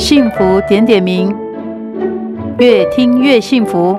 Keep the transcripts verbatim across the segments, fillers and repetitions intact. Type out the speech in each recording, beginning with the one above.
幸福点点名，越听越幸福。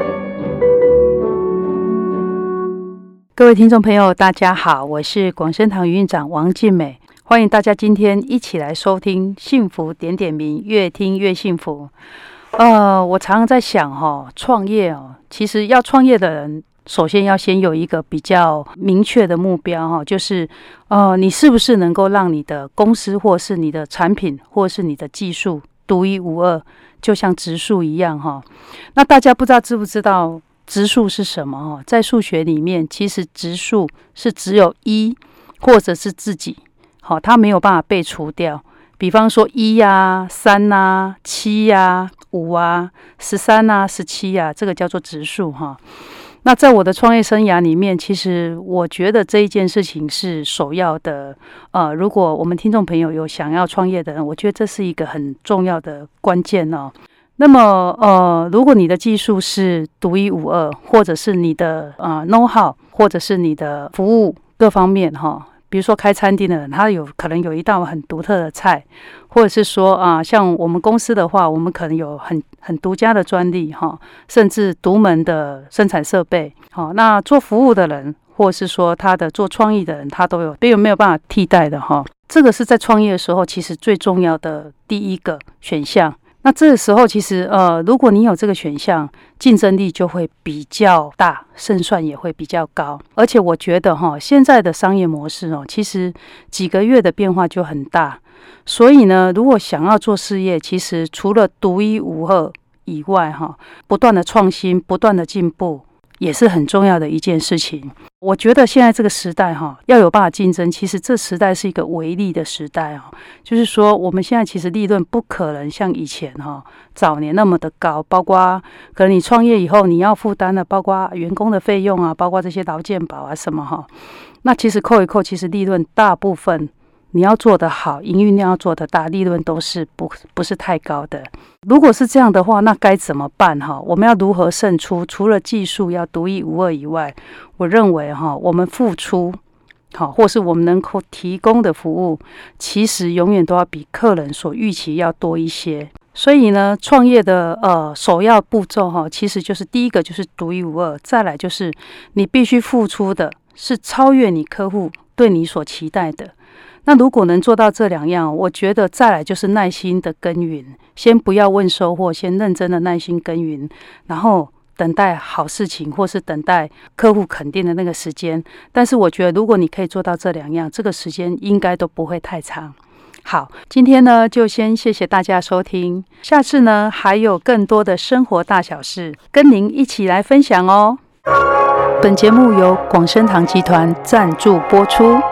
各位听众朋友大家好，我是广生堂营运长王静美，欢迎大家今天一起来收听幸福点点名，越听越幸福。呃，我常常在想哦，创业哦，其实要创业的人首先要先有一个比较明确的目标哈，就是呃，你是不是能够让你的公司或是你的产品或是你的技术独一无二，就像质数一样哈。那大家不知道知不知道质数是什么哈？在数学里面，其实质数是只有一或者是自己，好，它没有办法被除掉。比方说一啊、三啊、七啊、五啊、十三啊、十七啊，这个叫做质数哈。那在我的创业生涯里面，其实我觉得这一件事情是首要的。呃，如果我们听众朋友有想要创业的人，我觉得这是一个很重要的关键哦。那么，呃，如果你的技术是独一无二，或者是你的呃 know how， 或者是你的服务各方面哈。比如说开餐厅的人，他有可能有一道很独特的菜，或者是说啊，像我们公司的话，我们可能有很很独家的专利哈，甚至独门的生产设备。好，那做服务的人，或是说他的做创意的人，他都有没有没有办法替代的哈。这个是在创业的时候，其实最重要的第一个选项。那这个时候，其实呃，如果你有这个选项，竞争力就会比较大，胜算也会比较高。而且我觉得哈，现在的商业模式哦，其实几个月的变化就很大。所以呢，如果想要做事业，其实除了独一无二以外，哈，不断的创新，不断的进步，也是很重要的一件事情。我觉得现在这个时代哈，要有办法竞争，其实这时代是一个微利的时代哦。就是说，我们现在其实利润不可能像以前哈早年那么的高，包括可能你创业以后你要负担的，包括员工的费用啊，包括这些劳健保啊什么哈。那其实扣一扣，其实利润大部分你要做得好，营运量要做得大，利润都是不不是太高的。如果是这样的话，那该怎么办哈？我们要如何胜出？除了技术要独一无二以外，我认为哈，我们付出好，或是我们能够提供的服务，其实永远都要比客人所预期要多一些。所以呢，创业的呃首要步骤哈，其实就是第一个就是独一无二，再来就是你必须付出的是超越你客户对你所期待的。那如果能做到这两样，我觉得再来就是耐心的耕耘，先不要问收获，先认真的耐心耕耘，然后等待好事情，或是等待客户肯定的那个时间。但是我觉得如果你可以做到这两样，这个时间应该都不会太长。好，今天呢就先谢谢大家收听，下次呢还有更多的生活大小事跟您一起来分享哦。本节目由广生堂集团赞助播出。